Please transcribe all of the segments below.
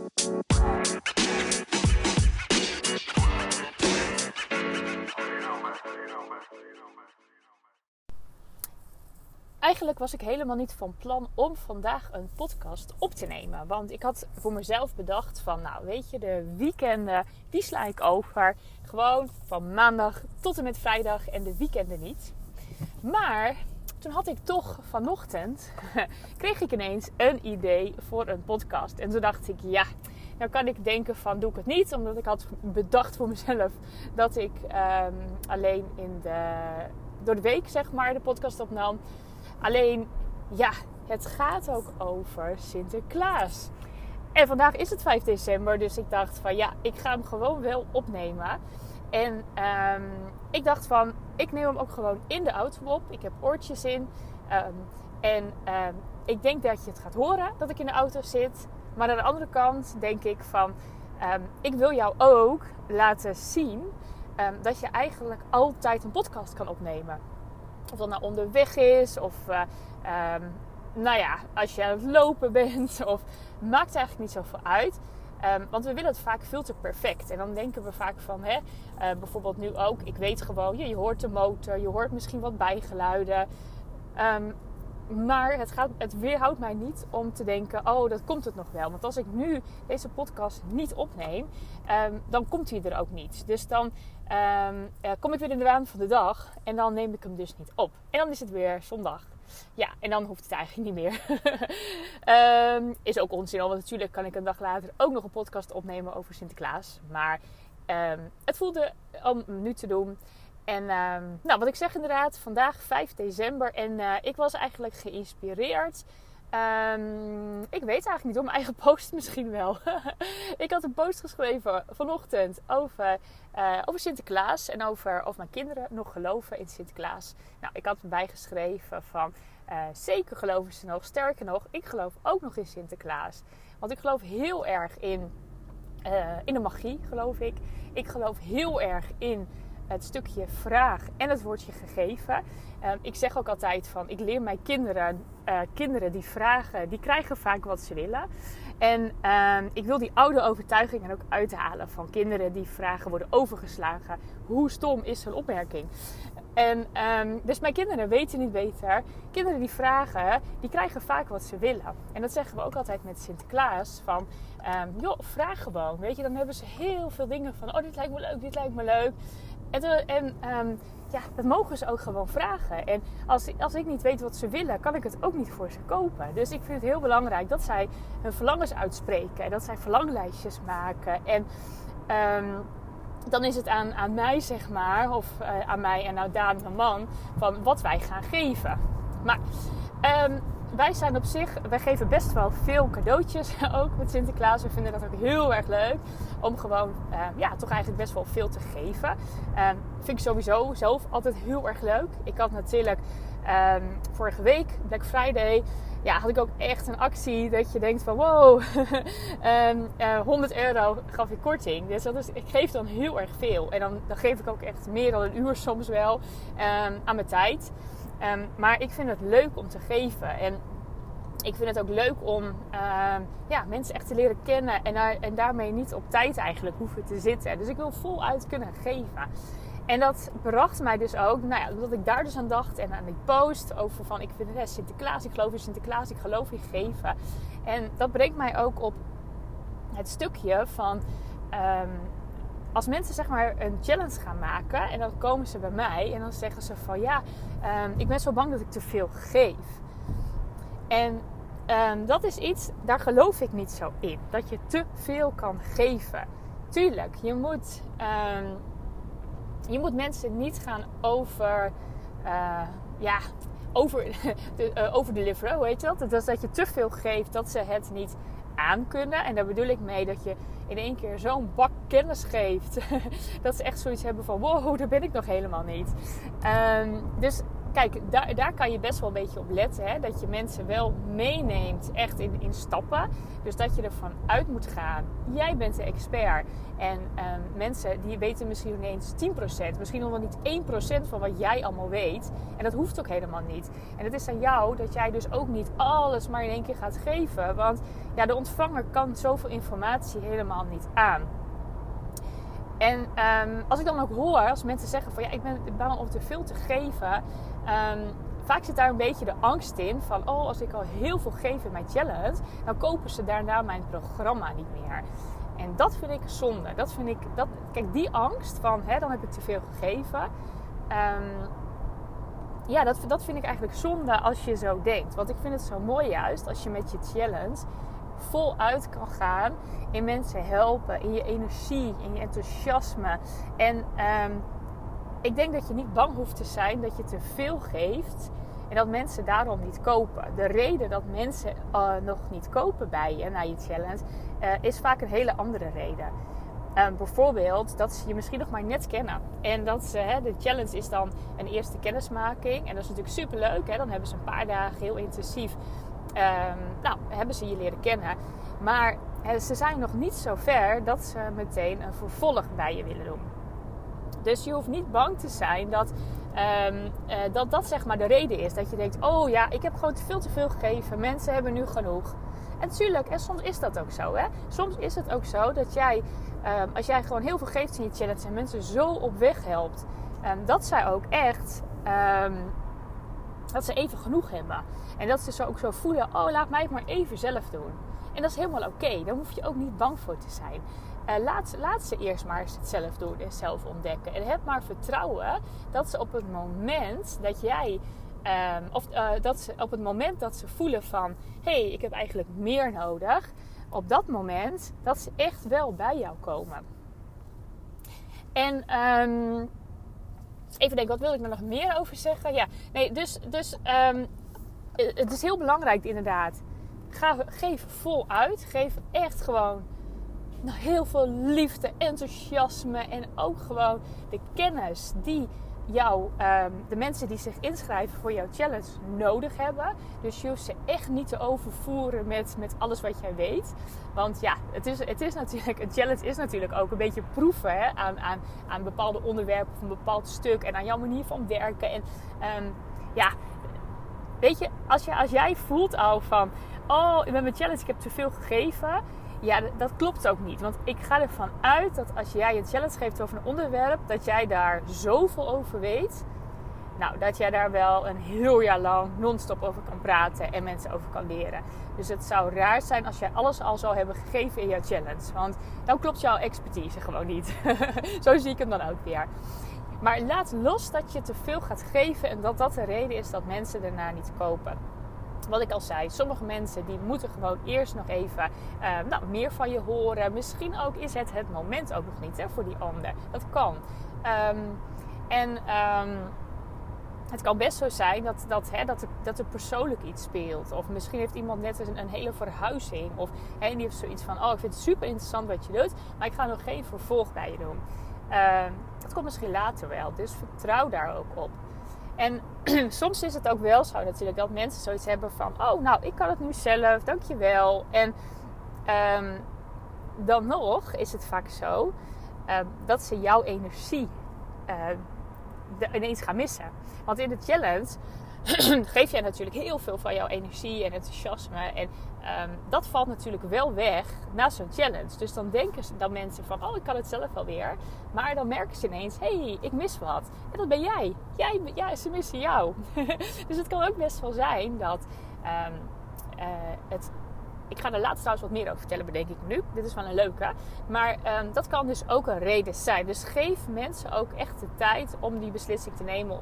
Eigenlijk was ik helemaal niet van plan om vandaag een podcast op te nemen. Want ik had voor mezelf bedacht van, nou weet je, de weekenden, die sla ik over. Gewoon van maandag tot en met vrijdag en de weekenden niet. Maar toen had ik toch vanochtend, kreeg ik ineens een idee voor een podcast. En toen dacht ik, ja, nou kan ik denken van, doe ik het niet. Omdat ik had bedacht voor mezelf dat ik alleen door de week, zeg maar, de podcast opnam. Alleen, ja, het gaat ook over Sinterklaas. En vandaag is het 5 december, dus ik dacht van ja, ik ga hem gewoon wel opnemen. En ik dacht van, ik neem hem ook gewoon in de auto op. Ik heb oortjes in. Ik denk dat je het gaat horen dat ik in de auto zit. Maar aan de andere kant denk ik van, ik wil jou ook laten zien dat je eigenlijk altijd een podcast kan opnemen. Of dat nou onderweg is of als je aan het lopen bent. Of maakt eigenlijk niet zoveel uit. Want we willen het vaak veel te perfect. En dan denken we vaak van, bijvoorbeeld nu ook. Ik weet gewoon, je hoort de motor. Je hoort misschien wat bijgeluiden. Maar het weerhoudt mij niet om te denken, oh, dat komt het nog wel. Want als ik nu deze podcast niet opneem, dan komt hij er ook niet. Dus dan kom ik weer in de waan van de dag en dan neem ik hem dus niet op. En dan is het weer zondag. Ja, en dan hoeft het eigenlijk niet meer. Is ook onzin, want natuurlijk kan ik een dag later ook nog een podcast opnemen over Sinterklaas. Maar het voelde om nu te doen. En wat ik zeg inderdaad, vandaag 5 december en ik was eigenlijk geïnspireerd. Ik weet eigenlijk niet, door mijn eigen post misschien wel. Ik had een post geschreven vanochtend over Sinterklaas en over of mijn kinderen nog geloven in Sinterklaas. Nou, ik had erbij geschreven van zeker geloven ze nog. Sterker nog, ik geloof ook nog in Sinterklaas. Want ik geloof heel erg in de magie, geloof ik. Ik geloof heel erg in het stukje vraag en het woordje gegeven. Ik zeg ook altijd van, ik leer mijn kinderen die vragen, die krijgen vaak wat ze willen. En ik wil die oude overtuigingen ook uithalen van kinderen die vragen worden overgeslagen. Hoe stom is zo'n opmerking? En dus mijn kinderen weten niet beter. Kinderen die vragen, die krijgen vaak wat ze willen. En dat zeggen we ook altijd met Sinterklaas. Van, vraag gewoon. Weet je, dan hebben ze heel veel dingen van, oh, dit lijkt me leuk, dit lijkt me leuk. Dat mogen ze ook gewoon vragen. En als ik niet weet wat ze willen, kan ik het ook niet voor ze kopen. Dus ik vind het heel belangrijk dat zij hun verlangens uitspreken. En dat zij verlanglijstjes maken. En dan is het aan mij, zeg maar, of aan mij en nou Daan, mijn man, van wat wij gaan geven. Maar wij geven best wel veel cadeautjes ook met Sinterklaas. We vinden dat ook heel erg leuk om gewoon, toch eigenlijk best wel veel te geven. Vind ik sowieso zelf altijd heel erg leuk. Ik had natuurlijk vorige week, Black Friday, had ik ook echt een actie dat je denkt van wow, €100 gaf ik korting. Dus ik geef dan heel erg veel. En dan geef ik ook echt meer dan een uur soms wel aan mijn tijd. Maar ik vind het leuk om te geven. En ik vind het ook leuk om mensen echt te leren kennen. En daarmee niet op tijd eigenlijk hoeven te zitten. Dus ik wil voluit kunnen geven. En dat bracht mij dus ook, dat ik daar dus aan dacht. En aan die post over van, ik vind Sinterklaas, ik geloof in Sinterklaas, ik geloof in geven. En dat brengt mij ook op het stukje van, als mensen zeg maar een challenge gaan maken en dan komen ze bij mij en dan zeggen ze van ik ben zo bang dat ik te veel geef. En dat is iets, daar geloof ik niet zo in. Dat je te veel kan geven. Tuurlijk, je moet mensen niet gaan overdeliveren, hoe heet dat? Dat is dat je te veel geeft, dat ze het niet aankunnen. En daar bedoel ik mee dat je in één keer zo'n bak kennis geeft. Dat ze echt zoiets hebben van wow, daar ben ik nog helemaal niet. Dus kijk, daar kan je best wel een beetje op letten. Hè? Dat je mensen wel meeneemt echt in stappen. Dus dat je ervan uit moet gaan. Jij bent de expert. En mensen die weten misschien ineens 10%. Misschien nog wel niet 1% van wat jij allemaal weet. En dat hoeft ook helemaal niet. En het is aan jou dat jij dus ook niet alles maar in één keer gaat geven. Want ja, de ontvanger kan zoveel informatie helemaal niet aan. En als ik dan ook hoor, als mensen zeggen van ja, ik ben bang om te veel te geven. Vaak zit daar een beetje de angst in van als ik al heel veel geef in mijn challenge, dan kopen ze daarna mijn programma niet meer. En dat vind ik zonde. Kijk, die angst van dan heb ik te veel gegeven. Dat vind ik eigenlijk zonde als je zo denkt. Want ik vind het zo mooi juist als je met je challenge voluit kan gaan, in mensen helpen, in je energie, in je enthousiasme. En ik denk dat je niet bang hoeft te zijn dat je te veel geeft en dat mensen daarom niet kopen. De reden dat mensen nog niet kopen bij je na je challenge is vaak een hele andere reden. Bijvoorbeeld dat ze je misschien nog maar net kennen. En dat de challenge is dan een eerste kennismaking. En dat is natuurlijk superleuk. Hè? Dan hebben ze een paar dagen heel intensief hebben ze je leren kennen. Maar ze zijn nog niet zo ver dat ze meteen een vervolg bij je willen doen. Dus je hoeft niet bang te zijn dat zeg maar de reden is. Dat je denkt, oh ja, ik heb gewoon veel te veel gegeven. Mensen hebben nu genoeg. En tuurlijk, en soms is dat ook zo. Hè? Soms is het ook zo dat jij, als jij gewoon heel veel geeft in je challenge en mensen zo op weg helpt, dat zij ook echt dat ze even genoeg hebben. En dat ze ook zo voelen, laat mij het maar even zelf doen. En dat is helemaal oké. Daar hoef je ook niet bang voor te zijn. Laat ze eerst maar eens het zelf doen en zelf ontdekken. En heb maar vertrouwen dat ze op het moment dat jij op het moment dat ze voelen van hey, ik heb eigenlijk meer nodig, op dat moment dat ze echt wel bij jou komen. En even denken, wat wil ik er nog meer over zeggen? Ja, nee, dus het is heel belangrijk inderdaad. Geef voluit. Geef echt gewoon heel veel liefde, enthousiasme en ook gewoon de kennis die de mensen die zich inschrijven voor jouw challenge nodig hebben. Dus je hoeft ze echt niet te overvoeren met alles wat jij weet. Want ja, het is natuurlijk, een challenge is natuurlijk ook een beetje proeven aan bepaalde onderwerpen of een bepaald stuk en aan jouw manier van werken. En weet je, als jij voelt al van met mijn challenge, ik heb te veel gegeven. Ja, dat klopt ook niet. Want ik ga ervan uit dat als jij een challenge geeft over een onderwerp, dat jij daar zoveel over weet. Nou, dat jij daar wel een heel jaar lang non-stop over kan praten en mensen over kan leren. Dus het zou raar zijn als jij alles al zou hebben gegeven in jouw challenge. Want dan klopt jouw expertise gewoon niet. Zo zie ik hem dan ook weer. Maar laat los dat je te veel gaat geven en dat de reden is dat mensen daarna niet kopen. Wat ik al zei, sommige mensen die moeten gewoon eerst nog even meer van je horen. Misschien ook is het moment ook nog niet voor die ander. Dat kan. Het kan best zo zijn dat er persoonlijk iets speelt. Of misschien heeft iemand net een hele verhuizing. Of die heeft zoiets van, ik vind het super interessant wat je doet. Maar ik ga nog geen vervolg bij je doen. Dat komt misschien later wel. Dus vertrouw daar ook op. En soms is het ook wel zo natuurlijk dat mensen zoiets hebben van ik kan het nu zelf, dankjewel. En dan nog is het vaak zo dat ze jouw energie ineens gaan missen. Want in de challenge geef jij natuurlijk heel veel van jouw energie en enthousiasme. En dat valt natuurlijk wel weg na zo'n challenge. Dus dan denken dan mensen van, ik kan het zelf wel weer. Maar dan merken ze ineens, hey, ik mis wat. En dat ben jij. Ze missen jou. Dus het kan ook best wel zijn dat ik ga er later trouwens wat meer over vertellen, bedenk ik nu. Dit is wel een leuke. Maar dat kan dus ook een reden zijn. Dus geef mensen ook echt de tijd om die beslissing te nemen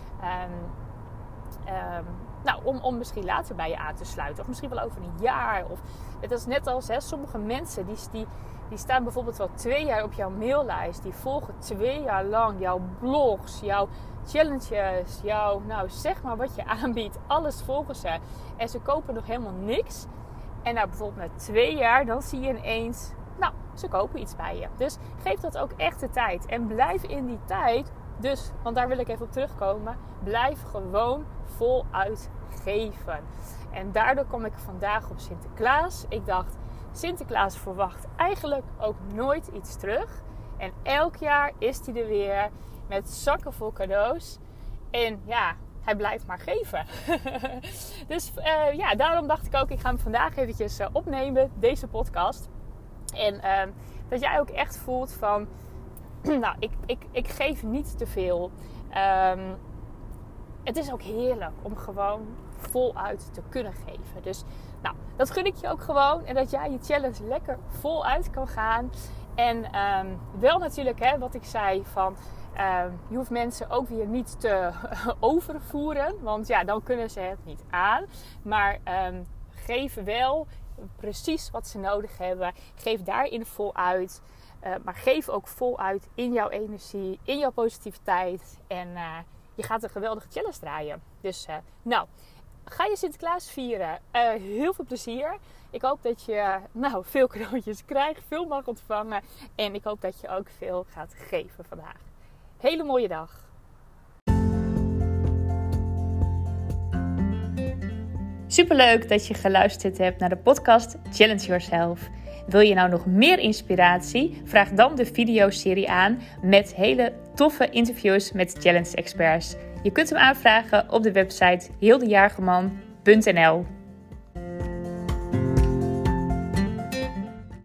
om misschien later bij je aan te sluiten. Of misschien wel over een jaar. Of het is net als sommige mensen die staan bijvoorbeeld wel 2 jaar op jouw maillijst. Die volgen 2 jaar lang jouw blogs, jouw challenges, zeg maar wat je aanbiedt. Alles volgen ze. En ze kopen nog helemaal niks. En bijvoorbeeld na 2 jaar, dan zie je ineens, ze kopen iets bij je. Dus geef dat ook echt de tijd. En blijf in die tijd Dus, want daar wil ik even op terugkomen. Blijf gewoon voluit geven. En daardoor kom ik vandaag op Sinterklaas. Ik dacht, Sinterklaas verwacht eigenlijk ook nooit iets terug. En elk jaar is hij er weer met zakken vol cadeaus. En ja, hij blijft maar geven. Dus daarom dacht ik ook, ik ga hem vandaag eventjes opnemen, deze podcast. En dat jij ook echt voelt van, nou, ik geef niet te veel. Het is ook heerlijk om gewoon voluit te kunnen geven. Dus nou, dat gun ik je ook gewoon. En dat jij je challenge lekker voluit kan gaan. En wel natuurlijk, wat ik zei van... je hoeft mensen ook weer niet te overvoeren. Want ja, dan kunnen ze het niet aan. Maar geef wel precies wat ze nodig hebben. Geef daarin voluit. Maar geef ook voluit in jouw energie, in jouw positiviteit. En je gaat een geweldige challenge draaien. Dus ga je Sinterklaas vieren. Heel veel plezier. Ik hoop dat je veel cadeautjes krijgt, veel mag ontvangen. En ik hoop dat je ook veel gaat geven vandaag. Hele mooie dag. Superleuk dat je geluisterd hebt naar de podcast Challenge Yourself. Wil je nou nog meer inspiratie? Vraag dan de videoserie aan met hele toffe interviews met challenge experts. Je kunt hem aanvragen op de website hildejaargeman.nl.